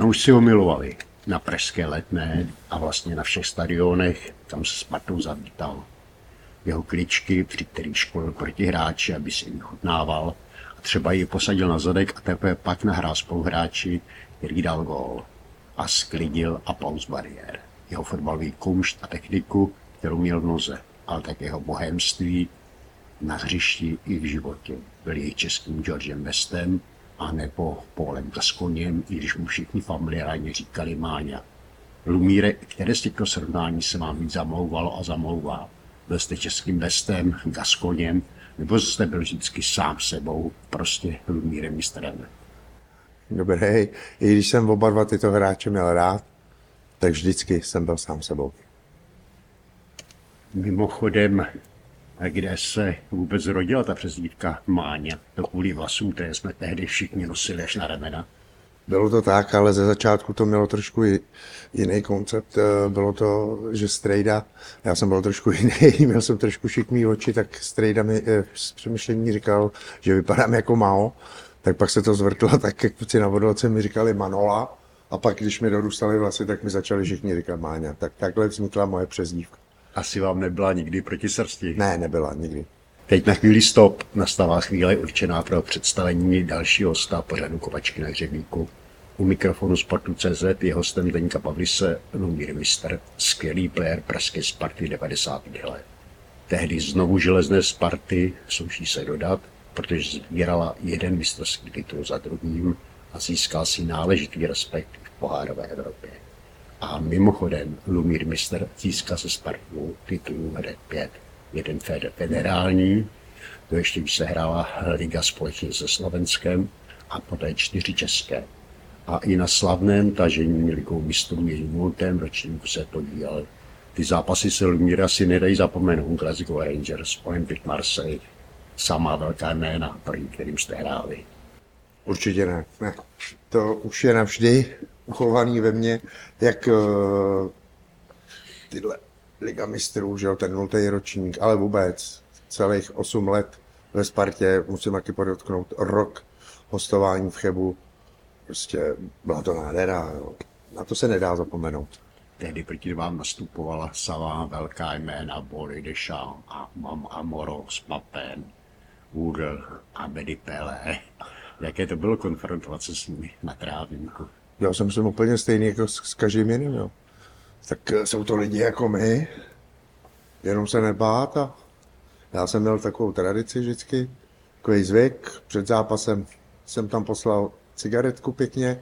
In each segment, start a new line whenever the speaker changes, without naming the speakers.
fanoušci ho milovali. Na pražské Letné a vlastně na všech stadionech, tam se Spartou zavítal. Jeho kličky, při kterých školil proti hráči, aby si vychutnával, a třeba ji posadil na zadek a teprve pak nahrál spoluhráči, který dal gól a sklidil aplauz bariér. Jeho fotbalový kumšt a techniku, kterou měl v noze, ale také jeho bohémství na hřišti i v životě. Byl jejich českým Georgem Bestem a nebo Paulem Gascoignem, i když mu všichni familiárně říkali Máňa. Lumíre, které z těchto srovnání se vám víc zamlouvalo a zamlouvá? Byl jste českým Bestem, Gascoignem, nebo jste byl vždycky sám sebou, prostě Lumírem mistrem?
Dobrý, i když jsem oba dva tyto hráče měl rád, tak vždycky jsem byl sám sebou.
Mimochodem, kde se vůbec rodila ta přezdívka Máňa? To kvůli vlasům, které jsme tehdy všichni nosili až na ramena.
Bylo to tak, ale ze začátku to mělo trošku jiný koncept. Bylo to, že Strejda, já jsem byl trošku jiný, měl jsem trošku šikmý oči, tak Strejda mi z přemýšlení říkal, že vypadám jako Mao. Tak pak se to zvrtlo, tak jak kluci na vodolce mi říkali Manola, a pak když mi dorůstaly vlasy, tak mi začali všichni říkat Máňa. Tak takhle vznikla moje přezdívka.
Asi vám nebyla nikdy proti srsti?
Ne, nebyla nikdy.
Teď na chvíli stop, nastává chvíle určená pro představení dalšího hosta pořadu Kopačky na hřebíku. U mikrofonu Sportu.cz je hostem Zdeňka Pavlise Lumír Mistr, skvělý player pražské Sparty 90. let. Tehdy znovu železné Sparty, sluší se dodat, protože sbírala jeden mistrovský titul za druhým a získal si náležitý respekt v pohárové Evropě. A mimochodem Lumír Mistr získal se Spartou titul hned 5. Jeden federální, to ještě když se hrála liga společně se Slovenskem, a poté 4 české. A i na slavném tažení ligou mistrů je 0. ročníku se podílel. Ty zápasy se Lumíra si nedají zapomenout. Glasgow Rangers, Olympique Marseille, samá velká jména, proti kterým jste hráli.
Určitě ne. To už je navždy uchovaný ve mně, jak tyhle Liga mistrů, že jo, ten 0. ročník, ale vůbec celých 8 let ve Spartě, musím taky podotknout, rok hostování v Chebu, prostě byla to nádhera, jo. Na to se nedá zapomenout.
Tehdy proti vám nastupovala samá velká jména Bory Deschamps a Mam Amoro s Papem, Udl a Bedy Pelé. Jaké to bylo konfrontovat se s nimi na trávníku?
Já jsem úplně stejný jako s každým jiným, jo. Tak jsou to lidi jako my, jenom se nebát, a já jsem měl takovou tradici vždycky, takový zvyk, před zápasem jsem tam poslal cigaretku pěkně,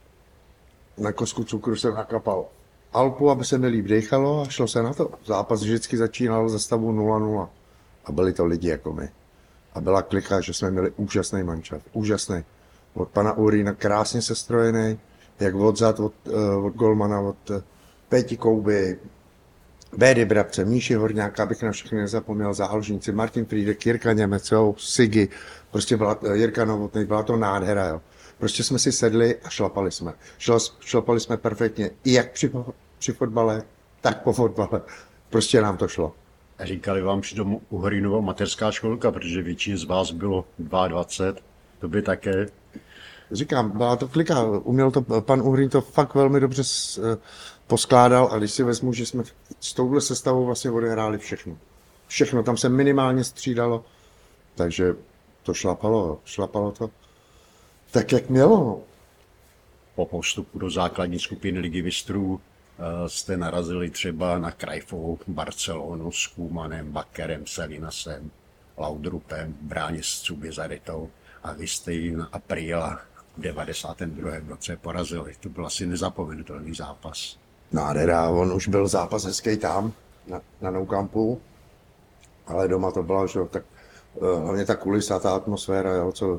na kosku cukru jsem nakapal Alpu, aby se mi líp dechalo, a šlo se na to. Zápas vždycky začínal za stavu 0-0 a byli to lidi jako my. A byla klika, že jsme měli úžasný manšaft, úžasný. Od pana Urína krásně sestrojený, jak odzad, od golmana, od Péti Kouby, Bédy Brabce, Míši Horňáka, abych na všechny nezapomněl, záložníci, Martin Frýdek, Jirka Němec, jo, Sigi, prostě byla Jirka Novotný, byla to nádhera, jo. Prostě jsme si sedli a šlapali jsme. Šlapali jsme perfektně, i jak při fotbale, tak po fotbale. Prostě nám to šlo.
A říkali vám přitom Uhrínova mateřská školka, protože většině z vás bylo 22, to by také.
Říkám, byla to klika, uměl to, pan Uhrín to fakt velmi dobře poskládal, a když si vezmu, že jsme s touhle sestavou vlastně odehráli všechno. Všechno, tam se minimálně střídalo, takže to šlapalo to tak, jak mělo. No.
Po postupu do základní skupiny Ligy mistrů jste narazili třeba na Cruyffovu Barcelonu s Koemanem, Bakerem, Salinasem, Laudrupem, bráně s Cubizaretou, a vy jste ji na apríla v 92. roce porazili. To byl asi nezapomenutelný zápas.
Nádhera, on už byl zápas hezký tam, na Nou Campu, ale doma to bylo, že tak hlavně ta kulisa, ta atmosféra, jo, co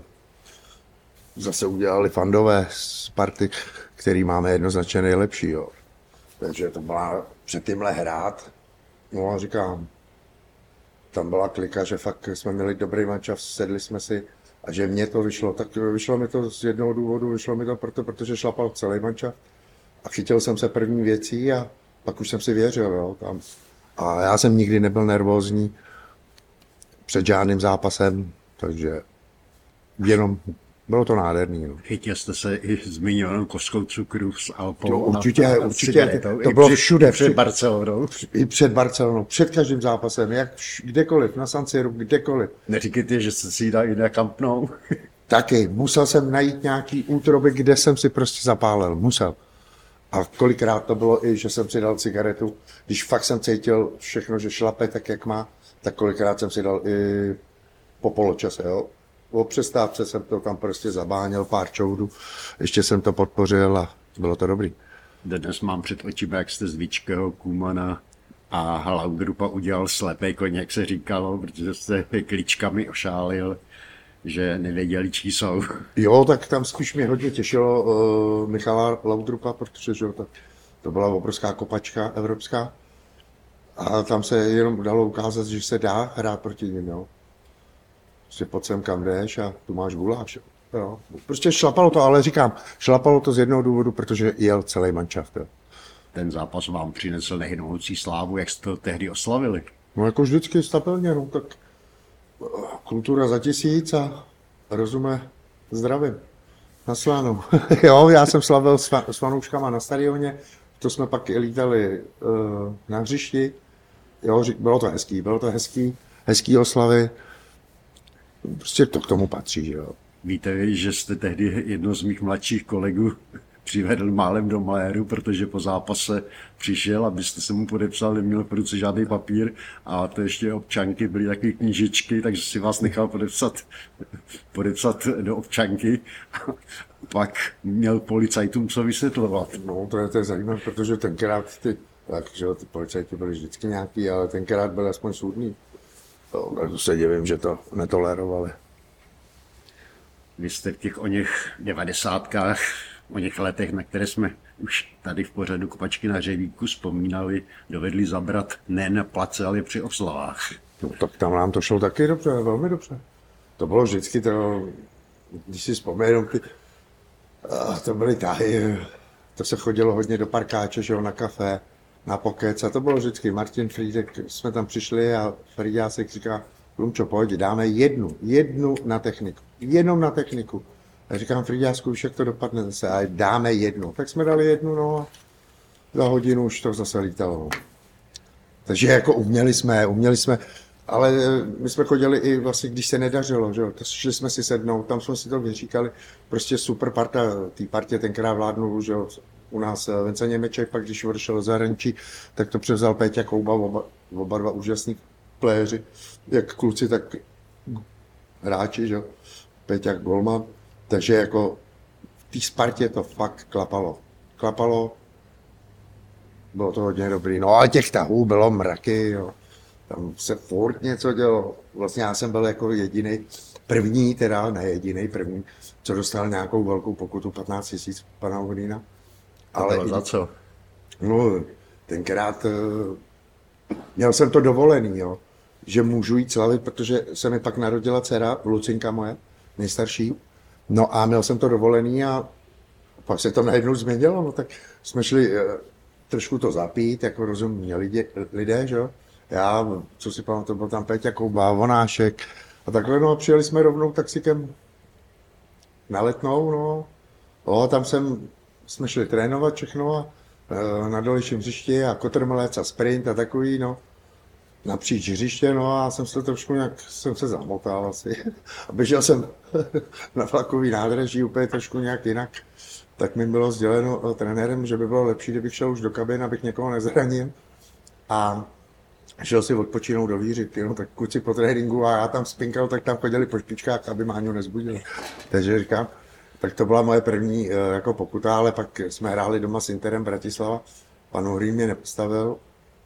zase udělali fandové Sparty, který máme jednoznačně nejlepší, jo. Takže to byla před tímhle hrát, no a říkám, tam byla klika, že fakt jsme měli dobrý mančaft, sedli jsme si, a že mně to vyšlo, tak vyšlo mi to z jednoho důvodu, vyšlo mi to protože šlapal celý mančaft a chytil jsem se první věcí a pak už jsem si věřil, jo, tam. A já jsem nikdy nebyl nervózní před žádným zápasem, takže jenom Bylo to nádherný. No.
Chytil jste se i zmiňovanou kostkou cukru s
To
alkoholem.
určitě, to bylo všude.
Před Barcelonou.
I před Barcelonou, před každým zápasem, kdekoliv, na San Siru, kdekoliv.
Neříkejte, že jste si ji dal i na Camp Nou.
Taky, musel jsem najít nějaký útroby, kde jsem si prostě zapálil, musel. A kolikrát to bylo i, že jsem si dal cigaretu, když fakt jsem cítil všechno, že šlape tak, jak má, tak kolikrát jsem si dal i po poločase, jo. Po přestávce jsem to tam prostě zabáněl, pár čoudů, ještě jsem to podpořil a bylo to dobrý.
Dnes mám před očima, jak jste z Víčkého, Kumana a Laudrupa udělal slepý koň, jak se říkalo, protože jste klíčkami ošálil, že nevěděli, čí jsou.
Jo, tak tam spíš mě hodně těšilo Michala Laudrupa, protože že, to byla obrovská kopačka evropská a tam se jenom dalo ukázat, že se dá hrát proti nim, jo. Prostě pojď sem kam jdeš a tu máš guláš, jo. Prostě šlapalo to, ale říkám, šlapalo to z jednoho důvodu, protože jel celý manšaft, jo.
Ten zápas vám přinesl nehynoucí slávu, jak jste to tehdy oslavili.
No jako vždycky stabilně, no tak kultura za 1000 a rozume zdravím. Na slánu. Jo, já jsem slavil s fanouškama na stadioně, to jsme pak lítali na hřišti. Jo, bylo to hezký oslavy. Prostě to k tomu patří, že jo.
Víte, že jste tehdy jedno z mých mladších kolegů přivedl málem do maléru, protože po zápase přišel, abyste se mu podepsal, neměl v ruce žádný papír a to ještě občanky, byly takové knížečky, takže si vás nechal podepsat do občanky. Pak měl policajtům co vysvětlovat.
No, to je zajímavé, protože tenkrát ty policajti byli vždycky nějaký, ale tenkrát byl aspoň soudný. To se divím, že to netolerovali.
Vy jste v těch o něch 90kách, o něch letech, na které jsme už tady v pořadu Kopačky na hřebíku vzpomínali, dovedli zabrat ne na place, ale při oslavách.
No, tak tam nám to šlo taky dobře, velmi dobře. To bylo vždycky to, když si vzpomínám, to byly tahy, to se chodilo hodně do parkáče, že jo, na kafe, na pokec a to bylo vždycky. Martin Friedek, jsme tam přišli a Friďásek říká, Lumčo, pojď, dáme jednu na techniku, jenom na techniku. A říkám Friďásku, víš, jak to dopadne zase, a dáme jednu. Tak jsme dali jednu, no a za hodinu už to zase lítalo. No. Takže jako uměli jsme, ale my jsme chodili i vlastně, když se nedařilo, že jo, to šli jsme si sednout, tam jsme si to vyříkali, prostě super parta, té partě tenkrát vládnul, že jo, u nás Vence Němeček, pak když odešel do zahraničí, tak to převzal Péťa Kouba, oba dva úžasní pléři, jak kluci, tak hráči, že jo, Péťa golman, takže jako v té Spartě to fakt klapalo, bylo to hodně dobrý, no ale těch tahů bylo mraky, jo. Tam se furt něco dělo. Vlastně já jsem byl jako první, co dostal nějakou velkou pokutu, 15 000 pana Hovodína.
Ale za co?
No, tenkrát měl jsem to dovolený, jo, že můžu jít slavit, protože se mi pak narodila dcera, Lucinka moje, nejstarší. No a měl jsem to dovolený a pak se to najednou změnilo, no tak jsme šli trošku to zapít, jako rozumí lidé, že jo. Já, co si pamatuju, byl tam Péťa Kouba, Vonášek a takhle, no a přijeli jsme rovnou taxikem na Letnou, no tam jsme šli trénovat všechno a na dolejším hřišti a kotrmelec a sprint a takový, no, napříč hřiště, no a jsem se trošku nějak, jsem se zamotal asi a běžel jsem na vlakový nádraží úplně trošku nějak jinak, tak mi bylo sděleno trenérem, že by bylo lepší, kdybych šel už do kabin, abych někoho nezranil a šel si odpočinout do Vířivky, no, tak kluci po tréninku a já tam spinkal, tak tam chodili po špičkách, aby Máňu nezbudil. Takže říkám, tak to byla moje první jako pokuta, ale pak jsme hráli doma s Interem Bratislava, pan Horín mě nepostavil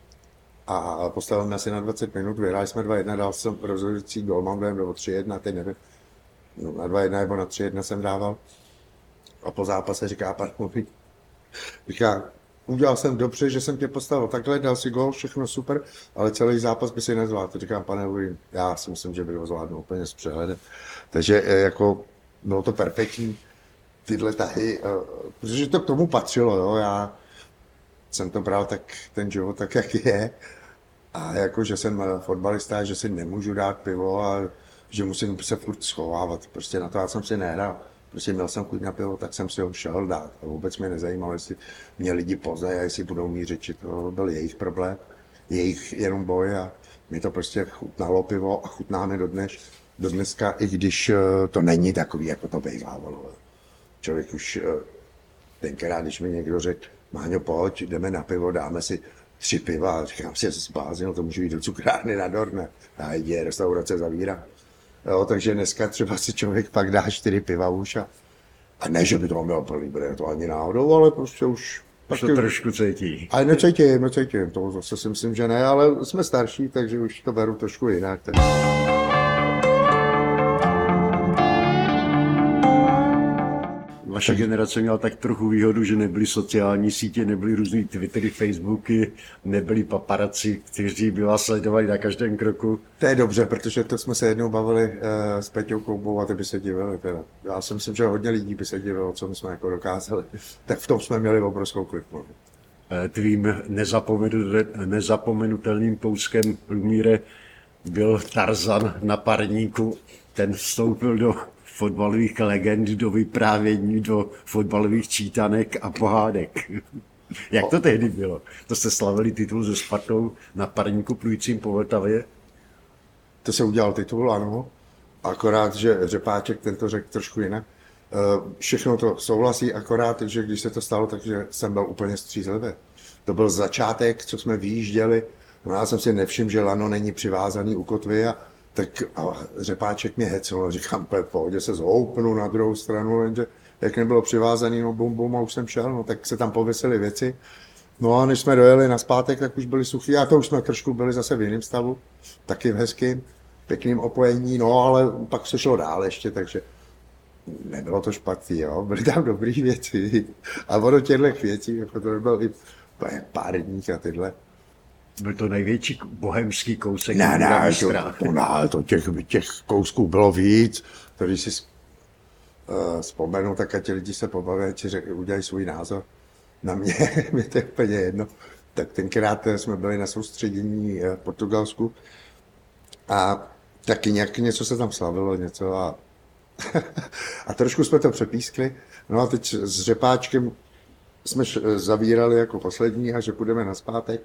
a postavil mě asi na 20 minut, vyhráli jsme 2-1, dal jsem rozhodující gól, mám dojem, nebo 3-1, teď nevím, no, na 2-1 nebo na 3-1 jsem dával a po zápase říká pan Horín, říká, udělal jsem dobře, že jsem tě postavil takhle, dal si gól, všechno super, ale celý zápas by si nezvládl. To říkám, pane Horín, já si myslím, že by ho zvládnul úplně s přehledem. Takže jako bylo to perfektní, tyhle tahy, protože to k tomu patřilo, jo, já jsem to bral tak, ten život tak, jak je, a jako, že jsem fotbalista, že si nemůžu dát pivo a že musím se furt schovávat. Prostě na to já jsem si nehrál. Prostě měl jsem chuť na pivo, tak jsem si ho šel dát. A vůbec mě nezajímalo, jestli mě lidi poznají a jestli budou mít řeči. To byl jejich problém, jejich jenom boj a mi to prostě chutnalo pivo a chutná mi do dneska, i když to není takový, jako to bývalo. Člověk už tenkrát, když mi někdo řekl, Máňo, pojď, jdeme na pivo, dáme si 3 piva, a říkám si, zbláznil, to můžu jít do cukrárny na Dorne. A je, restaurace zavírá. Jo, takže dneska třeba si člověk pak dá 4 piva už a ne, že by to měl plný brýle, to ani náhodou, ale prostě už
to trošku cítí.
Ale necítím, to zase si myslím, že ne, ale jsme starší, takže už to beru trošku jinak. Tak.
Vaše generace měla tak trochu výhodu, že nebyly sociální sítě, nebyly různý Twittery, Facebooky, nebyli paparazzi, kteří by vás sledovali na každém kroku.
To je dobře, protože to jsme se jednou bavili s Peťou Koubou a ty by se divili. Teda. Já si myslím, že hodně lidí by se divilo, co my jsme jako dokázali. Tak v tom jsme měli obrovskou kliku.
Tvým nezapomenutelným kouskem, Lumíre, byl Tarzan na parníku. Ten vstoupil do fotbalových legend, do vyprávění, do fotbalových čítanek a pohádek. Jak to tehdy bylo? To jste slavili titul se Spartou na parníku plujícím po Vltavě?
To se udělal titul, ano. Akorát, že Řepáček ten to řekl trošku jinak. Všechno to souhlasí, akorát, že když se to stalo, takže jsem byl úplně střízlivý. To byl začátek, co jsme vyjížděli. No, já jsem si nevšiml, že lano není přivázaný u kotvy a Řepáček mě hecel, říkám, v pohodě se zhoupnu na druhou stranu, jenže jak nebylo přivázaný, no bum a už jsem šel, no tak se tam pověsily věci. No a než jsme dojeli nazpátek, tak už byli suchý a to už jsme trošku byli zase v jiném stavu, taky v hezkým, pěkným opojení, no ale pak se šlo dál ještě, takže nebylo to špatný, jo, byly tam dobré věci. A ono těchto věcí, jako to nebyl i párník a tyhle.
Byl to největší bohemský kousek.
To těch kousků bylo víc. To, když si vzpomenu, tak a ti lidi se pobaví, udělají svůj názor. Na mě to je úplně jedno. Tak tenkrát jsme byli na soustředění v Portugalsku a taky něco se tam slavilo, něco a trošku jsme to přepískli. No a teď s Řepáčkem jsme zavírali jako poslední a že půjdeme nazpátek.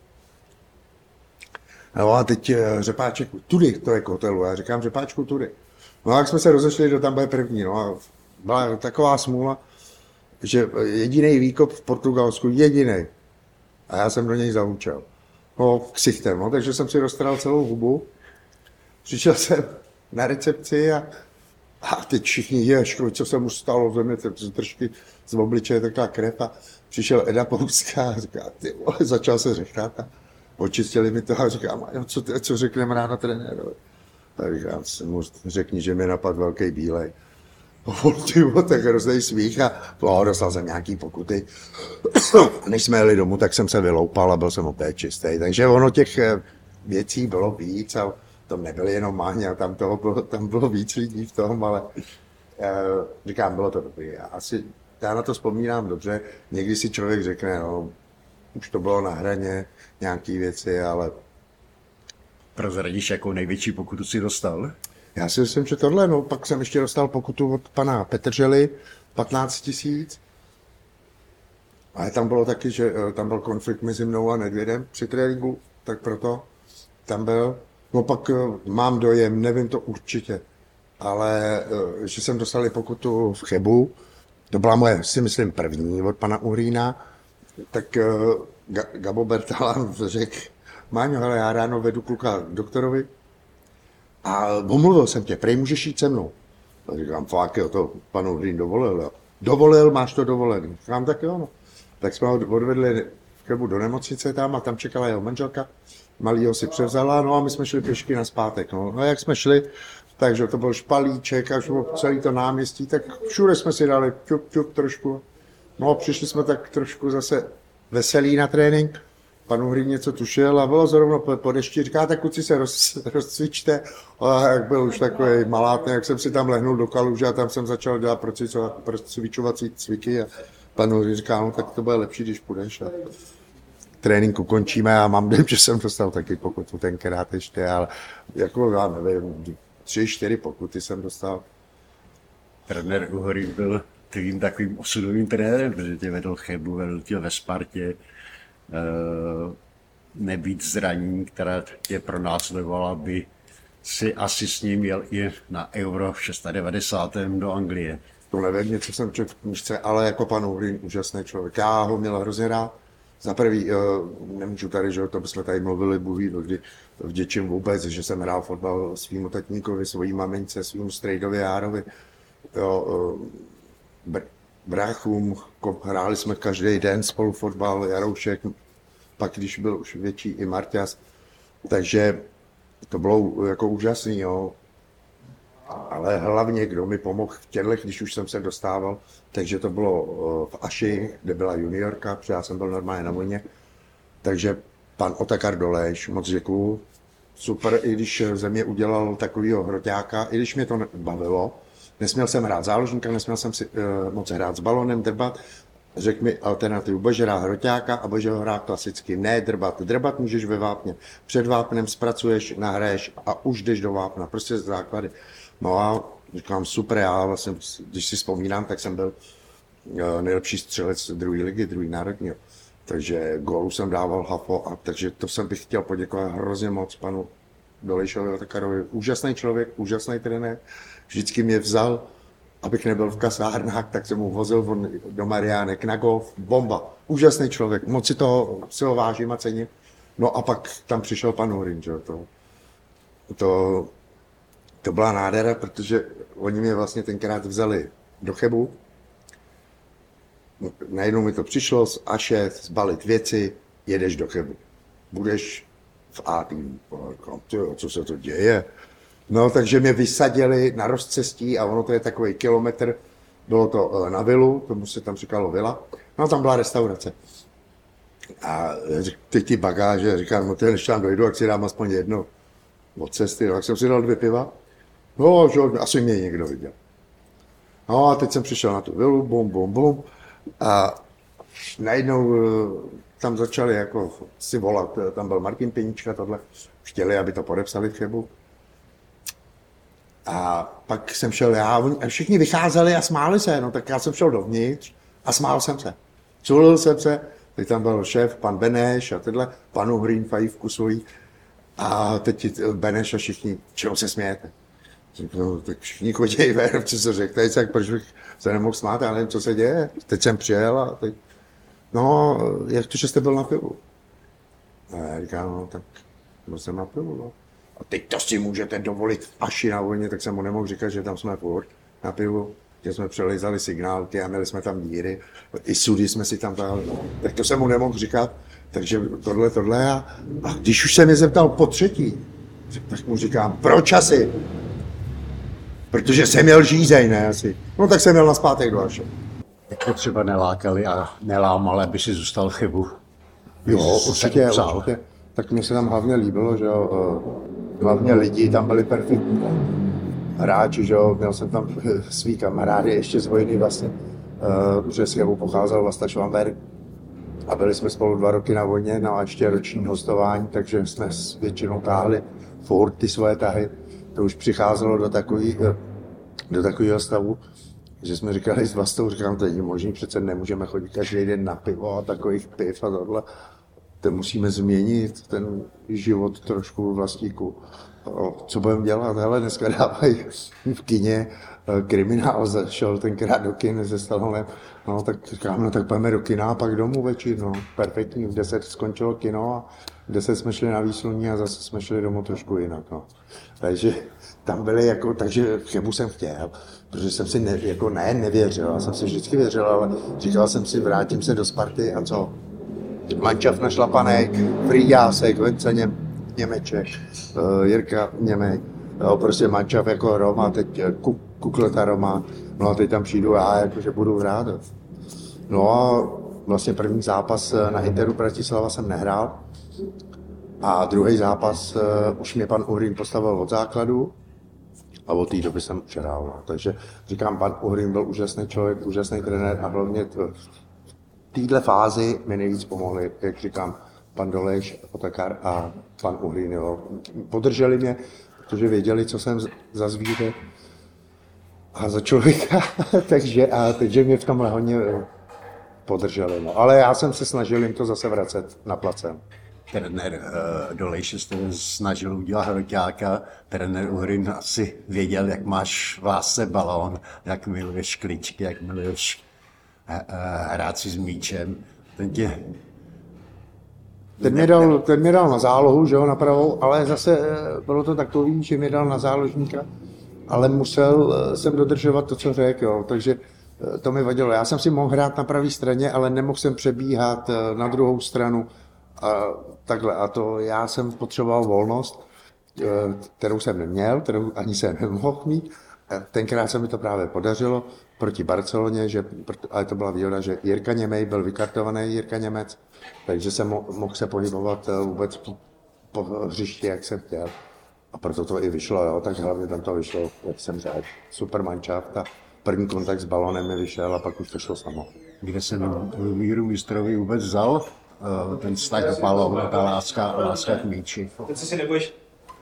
No a teď Řepáček, tudy, to je k hotelu, já říkám Řepáčku tudy. No a jak jsme se rozešli, kdo tam bude první, no a byla taková smůla, že jediný výkop v Portugalsku, jediný. A já jsem do něj zahučel. No, ksichtem, no, takže jsem si roztral celou hubu. Přišel jsem na recepci a teď všichni, ježko, co se mu stalo, ze mě trošku z obličeje taková krev a přišel Eda Pouska a říká, ty vole, začal se řechtat a očistili mi to a říkám, co řekneme ráno trenérovi. A říkám, řekni, že mi napadl velký bílej. Tak hrozný smích a dostal jsem nějaký pokuty. Než jsme jeli domů, tak jsem se vyloupal a byl jsem opět čistý. Takže ono těch věcí bylo víc a to nebyly jenom Máňa, tam bylo víc lidí v tom, ale říkám, bylo to dobrý. Já na to vzpomínám dobře, někdy si člověk řekne, no, už to bylo na hraně, nějaký věci, ale...
Prozradíš, jakou největší pokutu si dostal?
Já si myslím, že tohle, no, pak jsem ještě dostal pokutu od pana Petržely, 15 000. Ale tam bylo taky, že tam byl konflikt mezi mnou a Nedvědem při tréninku, tak proto tam byl. No pak mám dojem, nevím to určitě, ale že jsem dostal i pokutu v Chebu, to byla moje, si myslím, první od pana Uhrína, tak Gabo Bertalan řekl, Máňo, hele, já ráno vedu kluka k doktorovi a omluvil jsem tě, prej můžeš jít se mnou. A říkám, fakt jo, to pan Uhrín dovolil, jo. Dovolil, máš to dovolený. Říkám, tak jo, no. Tak jsme ho odvedli v Chebu do nemocnice tam a tam čekala jeho manželka. Malýho si převzala, no a my jsme šli pěšky nazpátek. No a jak jsme šli, takže to byl špalíček až celý to náměstí, tak všude jsme si dali čup trošku. No a přišli jsme tak trošku zase veselí na trénink. Pan Uhrín něco tušil a bylo zrovna po dešti, říká, tak kluci se rozcvičte. A jak byl už takový malátný, jak jsem si tam lehnul do kaluže a tam jsem začal dělat procvičovací cviky a pan Uhrín říká, no tak to bude lepší, když půjdeš. A trénink ukončíme a mám dojem, že jsem dostal taky pokutu tenkrát ještě, ale jako já nevím, 3-4 pokuty jsem dostal.
Trenér Uhory byl tvým takovým osudovým trenérem, protože tě vedl Chebu, vedl tě ve Spartě. Nebýt zranění, která tě pronásledovala, by si asi s ním jel i na Euro v 96. do Anglie.
To nevím, něco jsem četl v knížce, ale jako pan Uhrin, úžasný člověk. Já ho měl hrozně rád. Za prvý, nemůžu tady, že to bychom tady mluvili, Bůh kdy v děčím vůbec, že jsem hrál fotbal svýmu tatínkovi, svojí mamince, svýmu strejdovi Járovi, bráchům, hráli jsme každý den spolu fotbal, Jaroušek, pak když byl už větší i Marťas, takže to bylo jako úžasný, jo. Ale hlavně, kdo mi pomohl v těchto, když už jsem se dostával, takže to bylo v Aši, kde byla juniorka, protože já jsem byl normálně na vojně. Takže pan Otakar Dolejš, moc děkuju. Super, i když ze mě udělal takovýho hroťáka, i když mě to bavilo, nesměl jsem hrát záložníka, nesměl jsem si moc hrát s balonem, drbat. Řekl mi alternativu, bože hrát hroťáka a bože ho hrát klasicky. Ne drbat. Drbat můžeš ve vápně. Před vápnem zpracuješ, nahraješ a už jdeš do vápna. Prostě základy. No a říkám, super, já vlastně, když si vzpomínám, tak jsem byl nejlepší střelec druhé ligy, druhý národního. Takže gólu jsem dával hafo, a takže to jsem bych chtěl poděkovat hrozně moc panu Dolejšovi Otakarovi. Úžasný člověk, úžasný trenér. Vždycky mě vzal, abych nebyl v kasárnách, tak jsem mu vozil do Mariánek na golf. Bomba. Úžasný člověk. Moc si ho vážím a cením. No a pak tam přišel pan Uhrin, že to byla nádhera, protože oni mě vlastně tenkrát vzali do Chebu. Najednou mi to přišlo z Aše, zbalit věci, jedeš do Chebu. Budeš v A týmu. Co se to děje? No, takže mě vysadili na rozcestí a ono to je takový kilometr. Bylo to na vilu, tomu se tam říkalo vila. No, tam byla restaurace. A teď ty bagáže, říkám, no než tam dojdu, jak si dám aspoň jedno od cesty. No, tak jsem si dal 2 piva. No, že asi mě někdo viděl. No a teď jsem přišel na tu vilu, bum. A najednou tam začali jako si volat, tam byl Martin Pěnička, tohle. Chtěli, aby to podepsali v Chebu. A pak jsem šel já, a všichni vycházeli a smáli se, no tak já jsem šel dovnitř a smál jsem se. Culil jsem se, teď tam byl šéf, pan Beneš a tyhle, pan Uhrin, fajfku svojí. A teď Beneš a všichni, čeho se smějete? No, tak všichni chodí ven, co se řekl, tak proč bych se nemohl smát, já nevím, co se děje. Teď jsem přijel a teď, no, jak to, že jste byl na pivu? A já říkám, no tak byl jsem na pivu, no. A teď to si můžete dovolit v Aši na vojně, tak jsem mu nemohl říkat, že tam jsme furt na pivu, že jsme přelizali signálky a měli jsme tam díry, i sudy jsme si tam dali, tak to jsem mu nemohl říkat, takže tohle a když už se mě zeptal po třetí, tak mu říkám, proč asi? Protože jsem měl žízeň, ne asi. No tak jsem měl nazpátek do Aše.
Jak to třeba nelákali a nelámali, aby si zůstal v Chebu?
Jo, určitě. Tak mně se tam hlavně líbilo, že jo, hlavně lidi tam byli perfektní hráči, že jo, měl jsem tam svý kamarády ještě z vojny vlastně, protože z Chebu pocházel Vlasta Švamberg a byli jsme spolu 2 roky na vojně, no a ještě roční hostování, takže jsme s většinou táhli furt ty svoje tahy. To už přicházelo do takového stavu, že jsme říkali s Vlastou, říkám, to není možný, přece nemůžeme chodit každý den na pivo a takových piv a tohle. To musíme změnit ten život trošku vlastníků. Co budeme dělat? Hele, dneska dávají v kině kriminál, zašel tenkrát do kin se Stallonem. No tak říkám, no tak pojďme do kina a pak domů večer, no perfektní, v 10 skončilo kino a v 10 jsme šli na výsluní a zase jsme šli domů trošku jinak, no. Takže tam byli jako, takže Chebu jsem chtěl, protože jsem si nevěřil, já jsem si vždycky věřil, ale říkal jsem si, vrátím se do Sparty a co? Mančav našlapanek, Frýďásek, Vence Němeček, Jirka Němek, jo, prostě mančav jako Roma, teď Kukleta Roma, no a teď tam přijdu já, jakože budu hrát. No a vlastně první zápas na Interu Bratislava jsem nehrál a druhý zápas už mě pan Uhrin postavil od základu a od té doby jsem už hrál. No. Takže říkám, pan Uhrin byl úžasný člověk, úžasný trenér a hlavně v téhle fázi mi nejvíc pomohli, jak říkám, pan Dolejš, Otakar a pan Uhrin. Jo. Podrželi mě, protože věděli, co jsem za zvíře a za člověka, takže mě v tomhle hodně podrželi. No. Ale já jsem se snažil jim to zase vracet na placem.
Trenér Dolejš jste snažil udělat hroťáka, trenér Uhrin asi věděl, jak máš v lásce balón, jak miluješ kličky, jak miluješ hrát si s míčem.
Ten mě dal na zálohu, že jo, na pravou, ale zase bylo to takový, že mě dal na záložníka, ale musel jsem dodržovat to, co řekl, jo, takže to mi vadilo. Já jsem si mohl hrát na pravé straně, ale nemohl jsem přebíhat na druhou stranu a takhle. A to já jsem potřeboval volnost, kterou jsem neměl, kterou ani jsem nemohl mít. Tenkrát se mi to právě podařilo proti Barceloně, ale to byla výhoda, že Jirka Němej byl vykartovaný, Jirka Němec, takže jsem mohl se pohybovat vůbec po hřišti, jak jsem chtěl. A proto to i vyšlo, jo, tak hlavně tam to vyšlo, jak jsem řekl, super manšaft a první kontakt s balonem mi vyšel a pak už to šlo samo.
Kde se Lumíru mistrovi vůbec vzal ten vztah k balónu, ta láska k míči?
Teď si nebudeš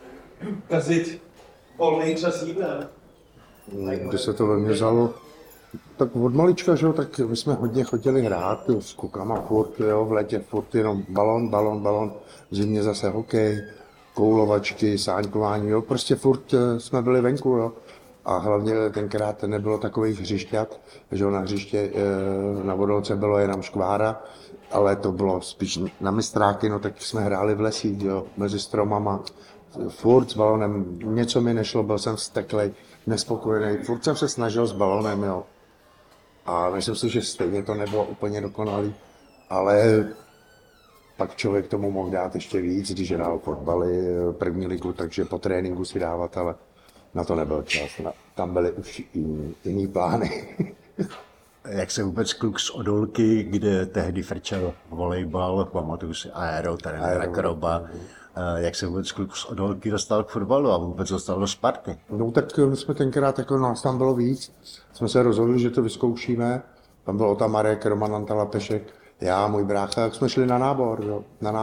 kazit volný čas jídla.
Když se to ve mně vzalo, tak od malička, že jo, tak my jsme hodně chodili hrát s klukama furt, jo, v létě furt jenom balón, v zimě zase hokej, koulovačky, sáňkování, jo, prostě furt jsme byli venku, jo. A hlavně tenkrát nebylo takových hřišťat, že jo, na hřiště na Vodolce bylo jenom škvára, ale to bylo spíš na mistráky, no tak jsme hráli v lesích, jo, mezi stromama, furt s balonem, něco mi nešlo, byl jsem vzteklej, nespokojený, furt jsem se snažil s balonem, jo. A myslím si, že stejně to nebylo úplně dokonalý, ale pak člověk tomu mohl dát ještě víc, když hrál fotbaly, první ligu, takže po tréninku si dávat, ale na to nebyl čas, tam byly už jiný plány.
Jak se vůbec kluk z Odolky, kde tehdy frčel volejbal, pamatuju si Aero, trenéra Kroba, jak se vůbec kluk z Odolky dostal k fotbalu a vůbec dostal do Sparty?
No tak my jsme tenkrát, jako nás tam bylo víc, jsme se rozhodli, že to vyzkoušíme. Tam byl Ota Marek, Roman Antala Pešek, já, můj brácha, jak jsme šli na nábor, jo,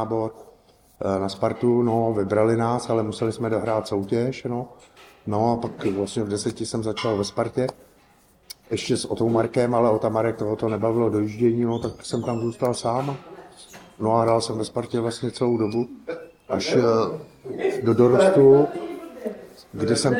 na Spartu, no, vybrali nás, ale museli jsme dohrát soutěž, no. No a pak vlastně v 10 jsem začal ve Spartě, ještě s Otou Markem, ale Ota Marek toho nebavilo dojíždění, no, tak jsem tam zůstal sám. No a hrál jsem ve Spartě vlastně celou dobu, až do dorostu, kde jsem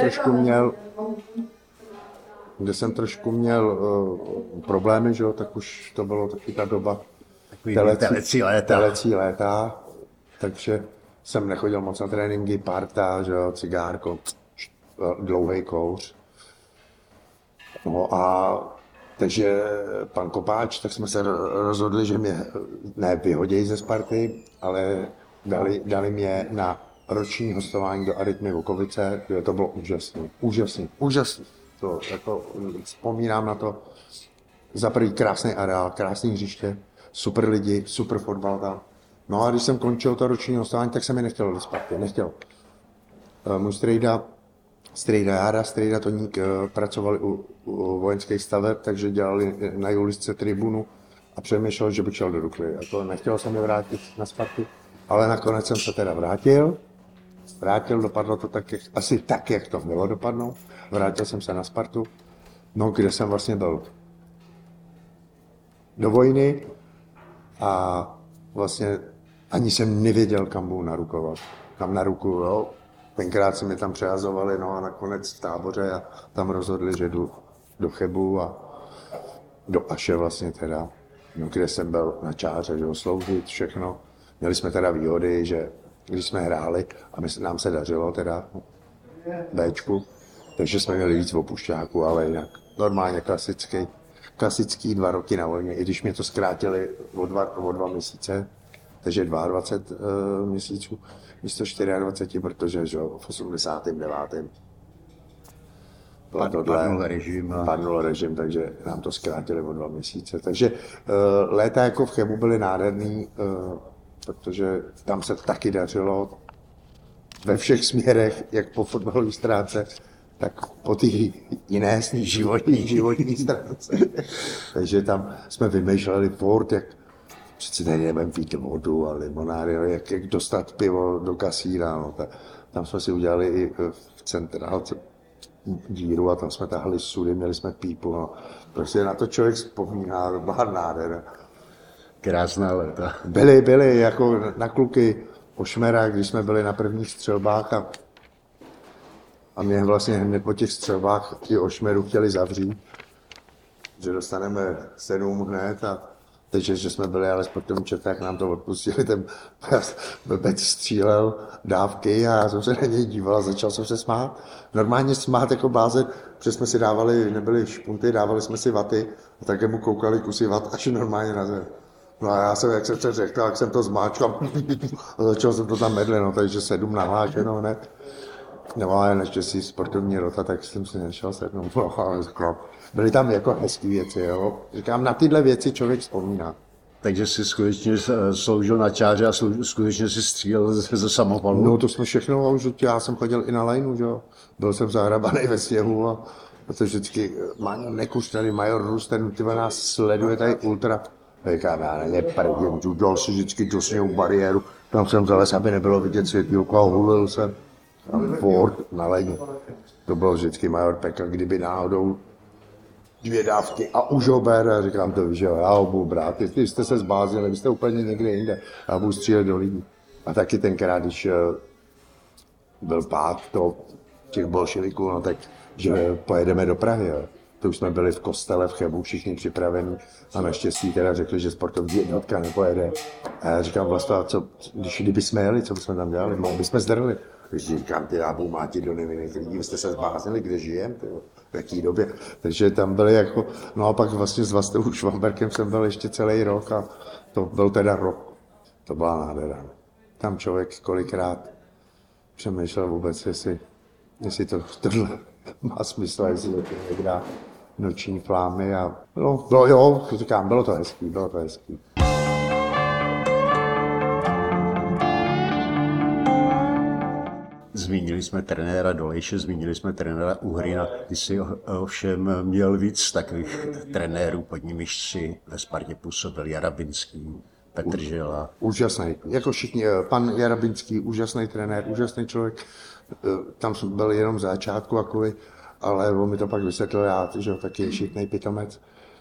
trošku měl problémy, že jo, tak už to bylo taky ta doba telecí léta, takže jsem nechodil moc na tréninky, parta, že jo, cigárko, dlouhý kouř. No a takže pan Kopáč, tak jsme se rozhodli, že mě nevyhodějí ze Sparty, ale dali mě na roční hostování do Arytmy Vukovice, kde to bylo úžasný. To, jako, vzpomínám na to, za první krásný areál, krásný hřiště, super lidi, super fotbal tam. No a když jsem končil to roční hostování, tak jsem mi nechtěl do Sparty, nechtěl. Můj strejda Jára, strejda Toník pracovali u vojenských staveb, takže dělali na Julisce tribunu a přemýšlel, že by šel do Dukly. Jako nechtěl jsem je vrátit na Spartu, ale nakonec jsem se teda vrátil, dopadlo to asi tak, jak to mělo dopadnout. Vrátil jsem se na Spartu, no, kde jsem vlastně byl do vojny a vlastně ani jsem nevěděl, kam budu narukovat. Kam naruku, jo. Tenkrát se mi tam přehazovali, no a nakonec v Táboře a tam rozhodli, že jdu do Chebu a do Aše vlastně teda, no, kde jsem byl na čáře, že sloužit, všechno. Měli jsme teda výhody, že když jsme hráli a nám se dařilo teda Bčku, takže jsme měli víc opušťáků, ale jinak normálně klasický 2 roky na vojně, i když mě to zkrátili o 2 měsíce, takže 22 měsíců místo 24, protože že, v 89. Padnul režim, takže nám to zkrátili o 2 měsíce. Takže léta jako v Chebu byly nádherný, protože tam se taky dařilo ve všech směrech, jak po fotbalové stránce, tak po té jiné životní stránce. Takže tam jsme vymýšleli furt, jak přeci tady nebudeme pít vodu a limonády, jak dostat pivo do kasíra, no, tam jsme si udělali i v centrálce díru a tam jsme tahali sudy, měli jsme pípu, no. Prostě na to člověk vzpomíná, to byla nádhera.
Krásná léta.
Byli jako na kluky po šmerách, když jsme byli na prvních střelbách a mě vlastně hned po těch střelbách i o šmeru chtěli zavřít, že dostaneme 7 hned a takže že jsme byli ale sportovní čet, tak nám to odpustili, ten blbec střílel dávky a já jsem se na něj díval a začal jsem se smát. Normálně smát jako blázen, protože jsme si dávali, nebyly špunty, dávali jsme si vaty a také mu koukali kusy vat až normálně na zem. No a já jsem, jak jsem se řekl, jak jsem to zmáčkal a začal jsem to tam medle, no, takže 7 nahlášeno hned. No ale naštěstí sportovní rota, tak jsem si nešel sednout. No, ale byly tam jako hezké věci, jo. Říkám, na tyhle věci člověk vzpomíná.
Takže jsi skutečně sloužil na čáře a skutečně si střílel ze samopalu?
No to jsme všechno, už já jsem chodil i na lajnu, že jo. Byl jsem zahrabaný ve sněhu a to vždycky, nekuř tady, major Rus, ten nás sleduje tady ultra. Říkám, já neprdím, udělal si vždycky do sněhu bariéru, tam jsem zales, aby nebylo vidět světýlko a hulil jsem. Ford na ledě. To byl vždycky major Pekka, kdyby náhodou 2 dávky a už ho ber. A říkám to, víš, já ho budu brát. Vy jste se zbláznili, vy jste úplně někde jinde. Já budu střílet do lidí. A taky tenkrát, když byl pád těch bolševiků, no tak, že pojedeme do Prahy. Jo. To už jsme byli v kostele v Chebu, všichni připravení a naštěstí teda řekli, že sportovní jednotka nepojede. A já říkám vlastně, kdyby jsme jeli, co bychom tam dělali? My bychom zdrhli. Říkám, ty jábou máte do nevinných lidí, vy jste se zbláznili, kde žijem, v jaký době. Takže tam byli jako, no a pak vlastně s Vlastou Švamberkem jsem byl ještě celý rok a to byl teda rok. To byla nádhera. Tam člověk kolikrát přemýšlel vůbec, jestli tohle má smysl, jestli to někde noční flámy a jo, říkám, bylo to hezký.
Zmínili jsme trenéra Dolejše, zmínili jsme trenéra Uhryna. Ty jsi ovšem měl víc takových trenérů, pod nimiž si ve Spartě působil Jarabinský, Petr Žela.
Úžasný, jako všichni, pan Jarabinský, úžasný trenér, úžasný člověk. Tam jsem byl jenom v začátku, ale on mi to pak vysvětlil, já, že taky je šiknej pitomec.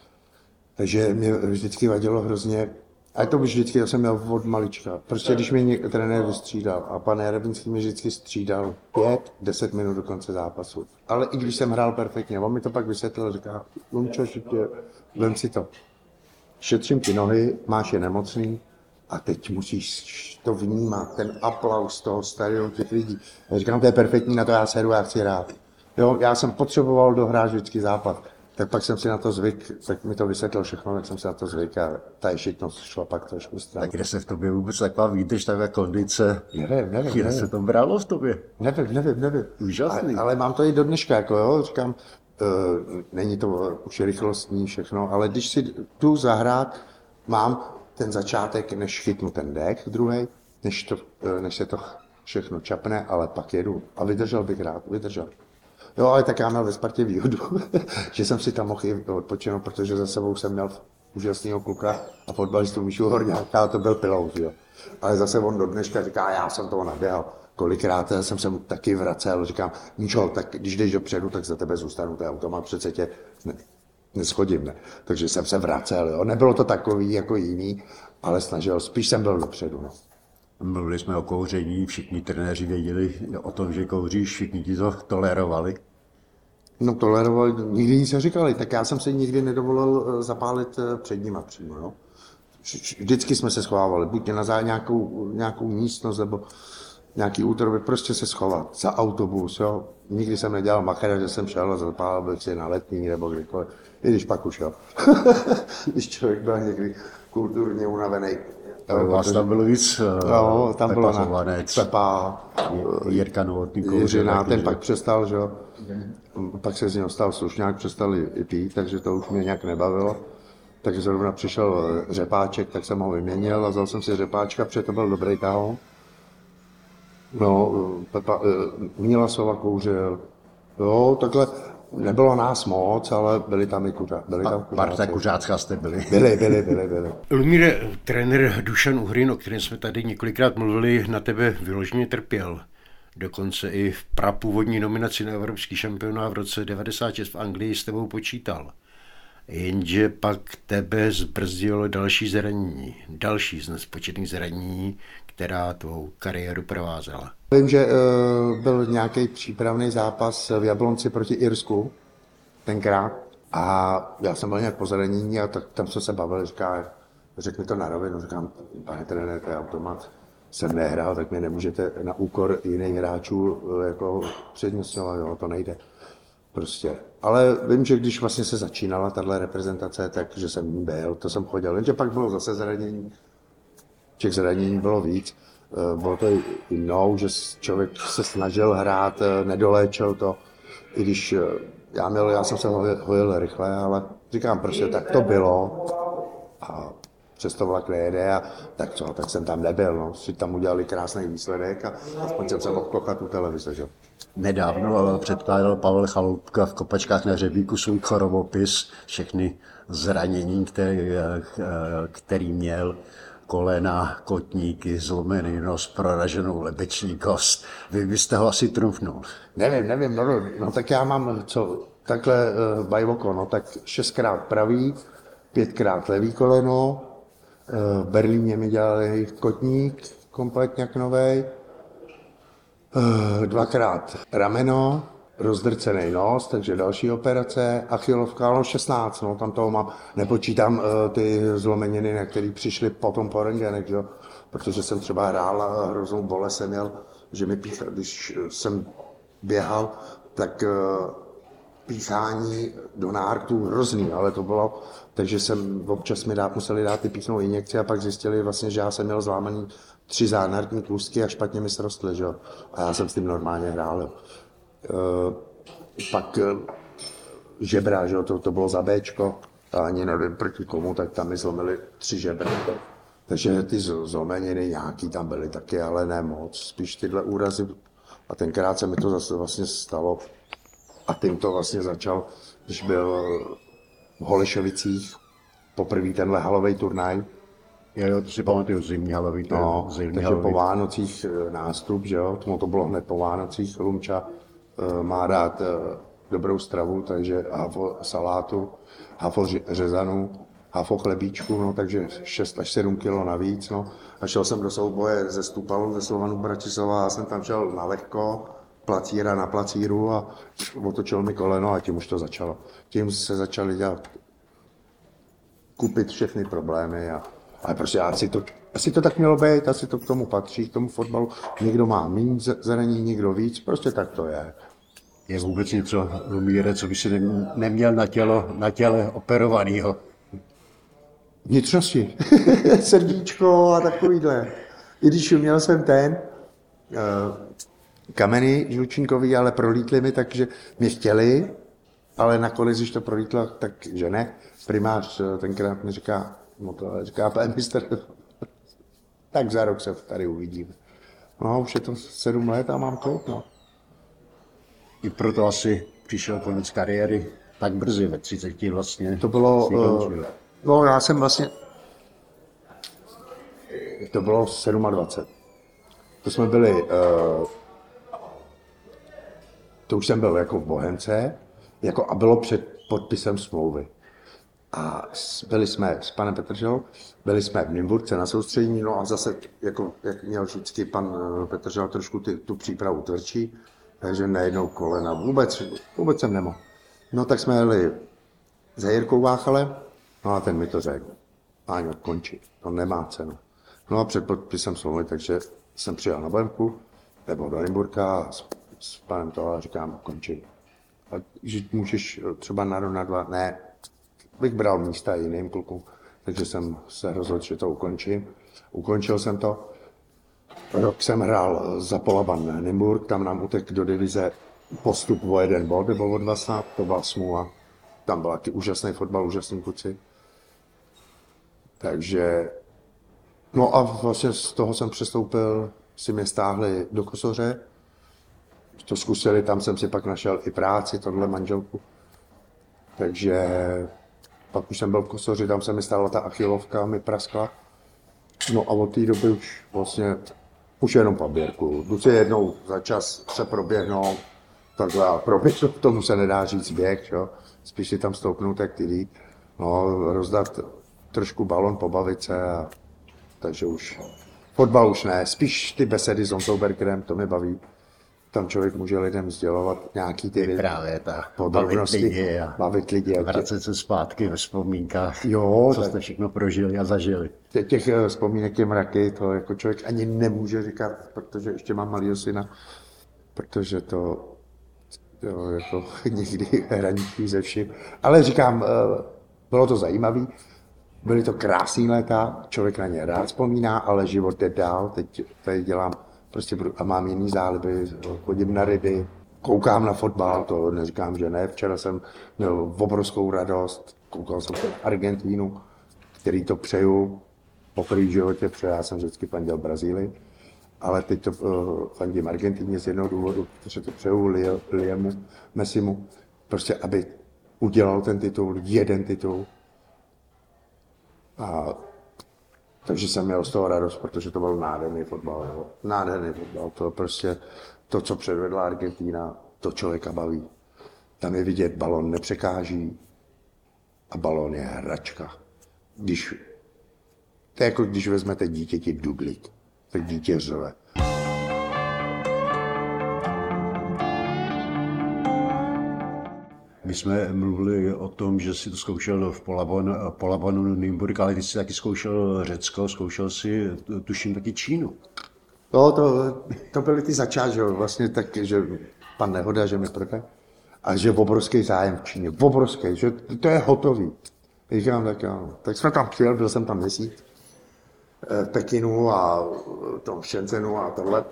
Takže mě vždycky vadilo hrozně, a to vždycky, já jsem měl od malička. Prostě když mě trenér vystřídal a pan Jarabinský mě vždycky střídal 5-10 minut do konce zápasu. Ale i když jsem hrál perfektně, on mi to pak vysvětlil, říká, Lumčo, vem si to. Šetřím ti nohy, máš je nemocný a teď musíš to vnímat, ten aplaus toho stadionu těch lidí. Já říkám, to je perfektní, na to já sedu, já chci hrát. Jo, já jsem potřeboval dohrát vždycky zápas. Tak pak jsem si na to zvyk, tak mi to vysvětlil všechno, tak jsem si na to zvyk a ta ješitnost šla pak trošku stranu.
Tak kde se v tobě vůbec taková výdrž, taková kondice?
Nevím.
Kde se to bralo v tobě?
Nevím.
Úžasný.
Ale mám to i do dneška, jako jo, říkám, není to už rychlostní všechno, ale když si tu zahrát, mám ten začátek, než chytnu ten dech druhý, než se to všechno čapne, ale pak jedu. A vydržel bych rád. Jo, ale tak já měl ve Spartě výhodu, že jsem si tam mohl i odpočinout, protože za sebou jsem měl úžasného kluka a fotbalistu Míšu Horňáka, a to byl Pilous, jo. Ale zase on do dneška říká, já jsem toho naběhal. Kolikrát jsem se mu taky vracel, říkám, Míšo, tak když jdeš dopředu, tak za tebe zůstanu, to je automat, přece tě neschodím, ne. Takže jsem se vracel, jo. Nebylo to takový jako jiný, ale spíš jsem byl dopředu, no.
Mluvili jsme o kouření, všichni trenéři věděli o tom, že kouříš, všichni ti to tolerovali.
No tolerovali, nikdy nic neříkali, tak já jsem se nikdy nedovolil zapálit před nima přímo, jo. Vždycky jsme se schovávali, buď na nějakou místnost, nebo nějaký útrobek, prostě se schovat za autobus, jo. Nikdy jsem nedělal machera, že jsem šel a zapálil bych si na Letní nebo kdykoliv, i když pak už, jo. Když člověk byl někdy kulturně unavený.
Vás tam bylo víc,
no, tam
Pepa Chovanec,
Pepa,
Jirka Novotný,
Jiřina, ten pak přestal, že jo. Pak se z něho stal slušňák, přestali i pít, takže to už mě nějak nebavilo. Takže zrovna přišel Řepáček, tak jsem ho vyměnil a vzal jsem si Řepáčka, protože to byl dobrý tahoun. No, Milasova kouřil. Jo, takhle Nebylo nás moc, ale byli tam i kuřáci.
Parta kuřácká jste byli.
Byli.
Lumíre, trenér Dušan Uhrin, o kterém jsme tady několikrát mluvili, na tebe vyloženě trpěl. Dokonce i v prapůvodní nominaci na evropský šampionát v roce 96 v Anglii s tebou počítal. Jenže pak tebe zbrzdilo další z nespočetných zranění, která tvou kariéru provázela.
Vím, že byl nějaký přípravný zápas v Jablonci proti Irsku tenkrát a já jsem byl nějak po zranění a tak tam jsme se bavili, řekl mi to na rovinu, říkám, pane trenér, to je automat, jsem nehrál, tak mi nemůžete na úkor jiných hráčů jako přednostňovat, jo, to nejde. Prostě. Ale vím, že když vlastně se začínala tahle reprezentace, takže jsem byl, to jsem chodil, jenže pak bylo zase zranění, těch zranění bylo víc. Bylo to i mnou, že člověk se snažil hrát, nedoléčil to, i když já jsem se hojil rychle, ale říkám prostě, tak to bylo a přesto vlak nejede a tak jsem tam nebyl, no. Si tam udělali krásný výsledek a aspoň jsem se mohl koukat u televize, že?
Nedávno předkládal Pavel Chaloupka v Kopačkách na hřebíku svůj chorobopis, všechny zranění, který měl, kolena, kotníky, zlomený nos, proraženou lebeční kost. Vy byste ho asi trumfnul.
Nevím, no tak já mám takhle bajvoko, no tak 6krát pravý, 5krát levý koleno, v Berlíně mi dělali kotník kompletně novej, 2krát rameno, rozdrcený nos, takže další operace, achilovka, no 16, no tam toho mám, nepočítám ty zlomeniny, na které přišly potom po rentgenech, jo, protože jsem třeba hrál a hroznou bolest jsem měl, že mi píchal, když jsem běhal, tak píchání do nártů hrozný, ale to bylo, takže jsem občas museli dát ty píchnou injekci a pak zjistili vlastně, že já jsem měl zlámaný 3 zánartní klůstky a špatně mi srostly, že jo, a já jsem s tím normálně hrál, jo. Pak žebra, že to bylo za Bčko, a ani nevím proti komu, tak tam mi zlomili 3 žebra. Takže ty zlomeniny nějaký tam byly taky, ale ne moc, spíš tyhle úrazy. A tenkrát se mi to zase vlastně stalo a tím to vlastně začal, když byl v Holešovicích poprvé tenhle halový turnaj.
Jo, to si pamatuju, zimní halový.
No, takže po Vánocích nástup, že jo, to bylo hned po Vánocích, Lumča má rád dobrou stravu, takže hafo salátu, hafo řezanu, hafo chlebíčku, no, takže 6 až 7 kilo navíc, no. A šel jsem do souboje ze Stupalu, ze Slovanu Bratislava a jsem tam šel na lehko, placíra na placíru a otočil mi koleno a tím už to začalo. Tím se začaly dělat kupit všechny problémy ale prostě asi to tak mělo být, asi to k tomu patří, k tomu fotbalu. Někdo má méně zranění, někdo víc, prostě tak to je.
Je vůbec něco, Lumíre, co by si neměl na těle operovanýho?
Vnitřnosti, srdíčko a takovýhle. I když měl jsem kameny žlučníkový, ale prolítly mi, takže mě chtěli, ale nakonec, když to prolítlo, takže ne. Primář tenkrát mi říká, pane mistr, tak za rok se tady uvidíme. No, už je to 7 let a mám klub, no.
I proto asi přišel konec kariéry tak brzy, ve 30 vlastně.
To bylo, no já jsem vlastně, to bylo 27. To jsme byli, to už jsem byl jako v Bohemce, a bylo před podpisem smlouvy. A byli jsme s panem Petrželou, byli jsme v Nymburce na soustředění, no a zase, jak měl vždycky pan Petržel trošku tu přípravu tvrdší, takže nejednou kolena, vůbec jsem nemohl. No tak jsme jeli za Jirkou Váchalem, no a ten mi to řekl, Áňo, končí, to nemá cenu. No a před podpisem smlouvy, takže jsem přijel na Bohemku, nebo do Nymburka a s panem toho říkám, končí. A že můžeš třeba na rok, na 2, ne, bych bral místa jiným klukům, takže jsem se rozhodl, že to ukončím. Ukončil jsem to. Rok jsem hrál za Polaban Nymburk, tam nám utek do divize postup o 1 bod, nebo o 2 snad, to byla smůla. Tam byl taky úžasný fotbal, úžasný kluci. Takže, no a vlastně z toho jsem přestoupil, si mě stáhli do Kosoře. To zkusili, tam jsem si pak našel i práci, tohle manželku. Takže pak už jsem byl v Kosoři, tam se mi stala ta achilovka, mi praskla. No a od té doby už vlastně, už jenom paběrku. Jdu si jednou za čas se proběhnout, takhle a proběhnout, tomu se nedá říct běh, jo. Spíš si tam stoupnout jak ty, no, rozdat trošku balon, pobavit se a takže už fotbal už ne, spíš ty besedy s Honzou Bergerem, to mě baví. Tam člověk může lidem sdělovat nějaký ty
Právě ta
podrobnosti, bavit lidi.
Vracet se zpátky ve vzpomínkách,
Jo,
co jste všechno prožili a zažili.
těch vzpomínek je mraky, to jako člověk ani nemůže říkat, protože ještě mám malýho syna, protože to jako někdy hraničí ze vším. Ale říkám, bylo to zajímavé, byly to krásné léta, člověk na ně rád vzpomíná, ale život jde dál, teď tady dělám prostě a mám jiný záliby, chodím na ryby, koukám na fotbal, to neříkám, že ne. Včera jsem měl obrovskou radost, koukal jsem na Argentínu, který to přeju, poprvé v životě, protože já jsem vždycky fandil Brazílii, ale teď to fandím Argentíně z jednoho důvodu, protože to přeju Liemu, Messimu, prostě aby udělal ten titul, jeden titul. A takže jsem měl z toho radost, protože to byl nádherný fotbal. Jo. Nádherný fotbal. To prostě to, co předvedla Argentína, to člověka baví. Tam je vidět, balon nepřekáží a balon je hračka. To je jako když vezmete dítěti dublík, tak dítě řve.
My jsme mluvili o tom, že si to zkoušel v Polabonu Nymburk, ale ty jsi taky zkoušel Řecko, zkoušel si, tuším, taky Čínu.
No, to byly ty začátky, vlastně tak, že pan Nehoda, že mi prve, a že obrovský zájem v Číně, obrovský, že to je hotový. Říkám, tak ano. Tak jsme tam přijel, byl jsem tam měsíc, v Pekinu a tom Shenzhenu a tohle.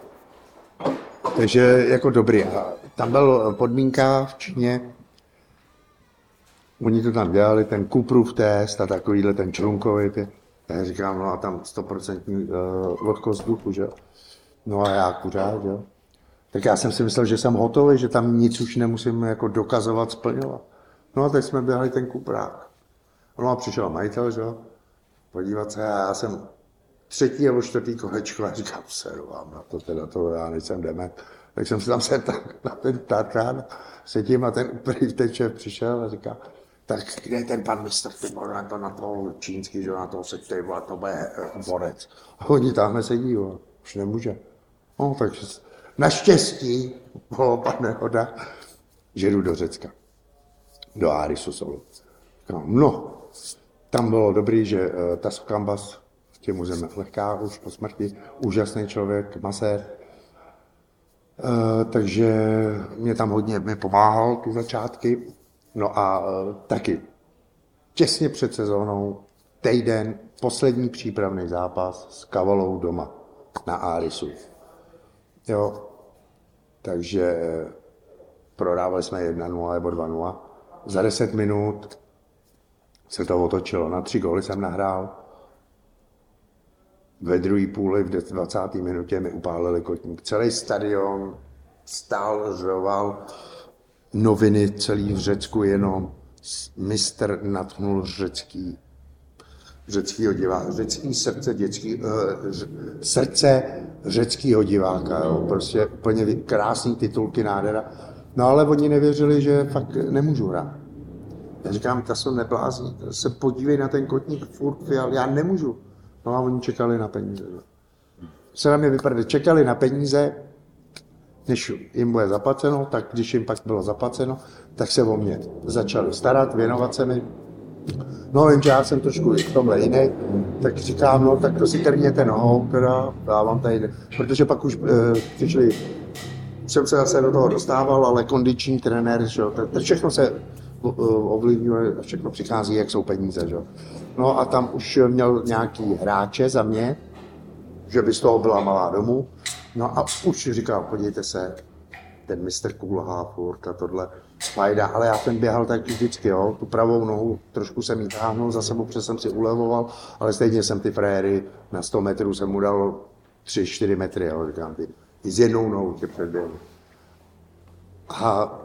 Takže jako dobrý. A tam byl podmínka v Číně, oni to tam dělali, ten Kuprův test a takovýhle ten člunkový. Já říkám, no a tam 100% vlhkost vzduchu, že jo. No a já kuřáč, jo. Tak já jsem si myslel, že jsem hotový, že tam nic už nemusím jako dokazovat, splňovat. No a teď jsme běhali ten kuprák. No a přišel majitel, že jo, podívat se, a já jsem 3. nebo 4. kolečko a říkám, seru vám na to, teda to já nejsem dement. Tak jsem si tam sedl na ten tarkán, sedím a ten úplný ten šéf přišel a říká, tak kde je ten pan mistr, ty vole, na toho čínský, že na toho seďte, vole, to bude borec. A oni tamhle sedí, vole, už nemůže. No, takže naštěstí, pan Nehoda, že jdu do Řecka, do Árisu Solu. No, tam bylo dobrý, že Tasso Kambas, tě můžeme lehká už po smrti, úžasný člověk, masér. Takže mě tam hodně pomáhal ty začátky. No a taky těsně před sezónou, týden, poslední přípravný zápas s Kavalou doma na Árisu. Jo, takže prodávali jsme 1-0 nebo 2-0. Za 10 minut se to otočilo. Na 3 góly jsem nahrál. Ve druhé půli v 20. minutě mi upálili kotník. Celý stadion stál, řoval, noviny celý v Řecku jenom. Mistr natchnul řeckýho diváka, srdce řeckýho diváka. Jo. Prostě úplně krásný titulky, nádhera. No ale oni nevěřili, že fakt nemůžu hrát. Já říkám, ta jsou neblázní, se podívej na ten kotník, furt fial, já nemůžu. No a oni čekali na peníze. Se na mě vypadali, čekali na peníze, než jim bude zaplaceno, tak když jim pak bylo zaplaceno, tak se o mě začali starat, věnovat se mi. No jenže já jsem trošku v tomhle jiný, tak říkám, no tak to si trhněte nohou, teda dávám tady, protože pak už přišli, jsem se zase do toho dostával, ale kondiční trenér, že, to všechno se ovlivňuje, všechno přichází, jak jsou peníze. Že? No a tam už měl nějaký hráče za mě, že by z toho byla malá domů. No a už říkal, podívejte se, ten mistr kulhá furt a tohle, fajda, ale já jsem běhal tak vždycky, jo, tu pravou nohu, trošku jsem jí táhnul za sebou, protože jsem si ulevoval, ale stejně jsem ty frajery, na 100 metrů jsem mu dal 3-4 metry, jo, říkám, ty z jednou nohou tě předběhnu. A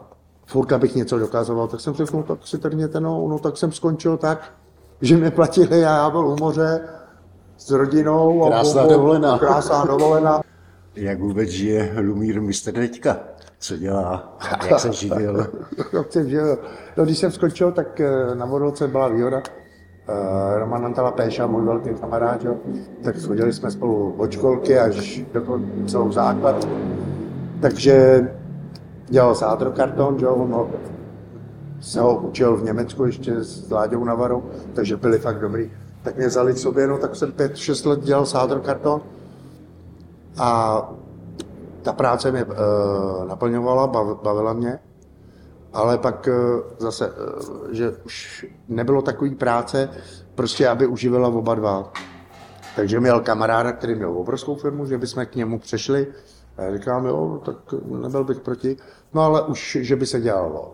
furt abych něco dokazoval, tak jsem řekl, no tak si trhněte, no tak jsem skončil tak, že mě platili a já byl u moře s rodinou.
Krásná dovolená.
Krásná dovolená.
Jak vůbec žije Lumír Mistr teďka? Co dělá? Jak se živil?
No, když jsem skončil, tak na Vodolce byla výhoda. Roman Antala Péša, můj velký kamarád, jo. Tak chodili jsme spolu od školky až do celou základ. Takže dělal sádrokarton, že on se ho učil v Německu ještě s Láďou Navarou, takže byli fakt dobrý. Tak mě vzali k sobě, no tak jsem 5-6 let dělal sádrokarton a ta práce mě naplňovala, bavila mě, ale pak zase, že už nebylo takový práce, prostě aby uživila oba dva. Takže měl kamaráda, který měl obrovskou firmu, že bychom k němu přešli. A já říkám, jo, tak nebyl bych proti. No ale už, že by se dělalo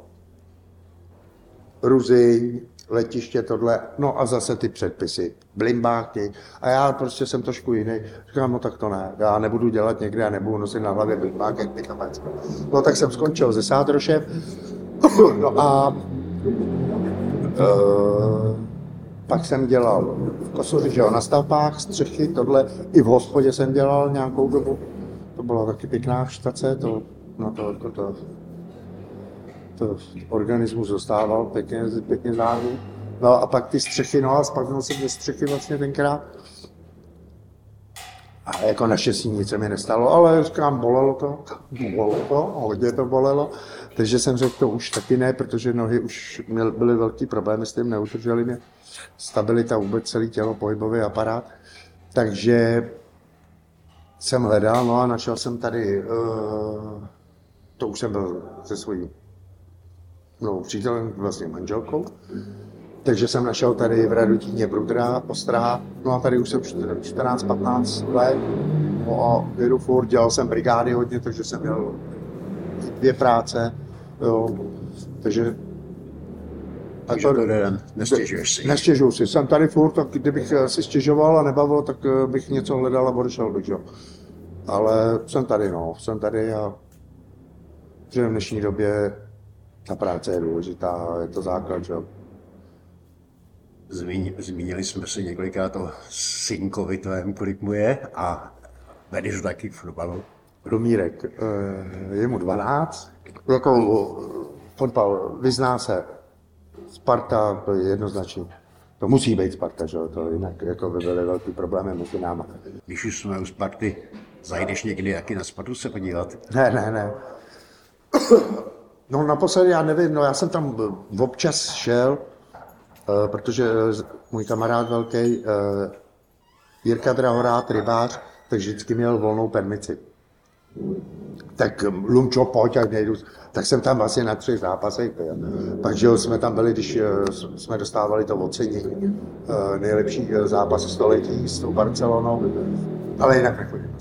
Ruzyň, letiště, tohle, no a zase ty předpisy, blimbáky. A já prostě jsem trošku jiný. Říkám, no tak to ne, já nebudu dělat někde, já nebudu nosit na hlavě blimbák, jak ty kamec. No tak jsem skončil se sádrošem. No a pak jsem dělal v Kosovi, že jo, na stavbách, střechy, tohle. I v hospodě jsem dělal nějakou dobu. To byla taky pěkná štace, to organismus dostával pěkně záhu. No a pak ty střechy, no a spadnul jsem ze střechy vlastně tenkrát. A jako naštěstí nic se mi nestalo, ale říkám, bolelo to, hodně to bolelo. Takže jsem řekl, to už taky ne, protože nohy už byly velký problémy s tím, neudrželi mě stabilita, vůbec celé tělo, pohybový aparát. Takže jsem hledal, no a našel jsem tady, to už jsem byl se svojí přítelem, vlastně manželkou. Takže jsem našel tady v Radotíně Brudra, Ostrá, no a tady už jsem 14-15 let. No a jedu furt, dělal jsem brigády hodně, takže jsem měl 2 práce, jo, takže...
Takže to jde, nestěžuješ si.
Nestěžuji si, jsem tady furt, tak kdybych si stěžoval a nebavil, tak bych něco hledal a odešel bych, jo. Ale jsem tady a že v dnešní době ta práce je důležitá, je to základ, že jo.
Zmínili jsme se několikrát o synkovi tvém, kolik mu je, a vedeš taky v fotbalu.
Lumírek, je mu 12, jako fotbal vyzná se, Sparta, to je jednoznačně. To musí být Sparta, že jo, to jinak jako by byly velký problémy mezi náma.
Když už jsme u Sparty, zajdeš někdy taky na Spartu se podívat?
Ne. No naposledy já nevím, no já jsem tam občas šel, protože můj kamarád velký, Jirka Drahorát, rybář, tak vždycky měl volnou permici. Tak Lumčo, pojď, ať nejdu. Tak jsem tam vlastně na 3 zápasech. Takže jsme tam byli, když jsme dostávali to ocenění, nejlepší zápas století s tou Barcelonou. Ale jinak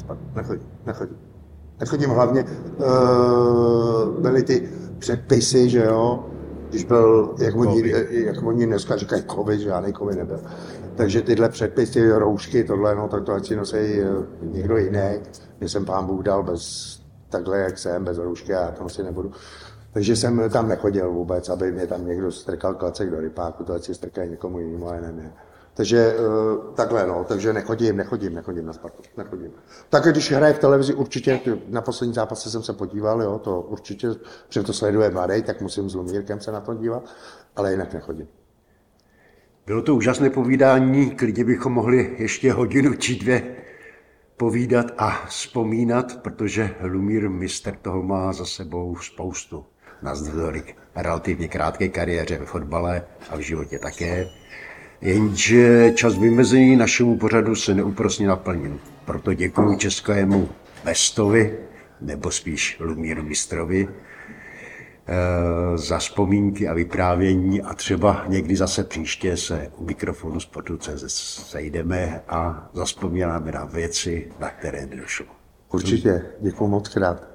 nechodím hlavně, byly ty předpisy, že jo, když byl, jak oni dneska říkají, covid, žádný covid nebyl. Takže tyhle předpisy, roušky, tohle, no tak to ať si nosí někdo jiný. Mě jsem pán Bůh dal bez takhle, jak jsem, bez roušky, a já to asi nebudu. Takže jsem tam nechodil vůbec, aby mě tam někdo strkal klacek do rypáku, to ať si strkají někomu jinému, ale ne mě. Takže takhle, no, takže nechodím na Spartu, nechodím. Tak když hraje v televizi, určitě, na poslední zápase jsem se podíval, jo, to určitě, protože to sleduje mladý, tak musím s Lumírkem se na to dívat, ale jinak nechodím.
Bylo to úžasné povídání, klidně bychom mohli ještě hodinu či 2 povídat a vzpomínat, protože Lumír Mistr toho má za sebou spoustu. Navzdory relativně krátké kariéře ve fotbale a v životě také. Jenže čas vymezený našemu pořadu se neúprosně naplnil. Proto děkuji českému Bestovi, nebo spíš Lumíru Mistrovi, za vzpomínky a vyprávění, a třeba někdy zase příště se u mikrofonu Sportu.cz sejdeme a zazpomínáme na věci, na které nedošlo.
Určitě, děkuji moc krát.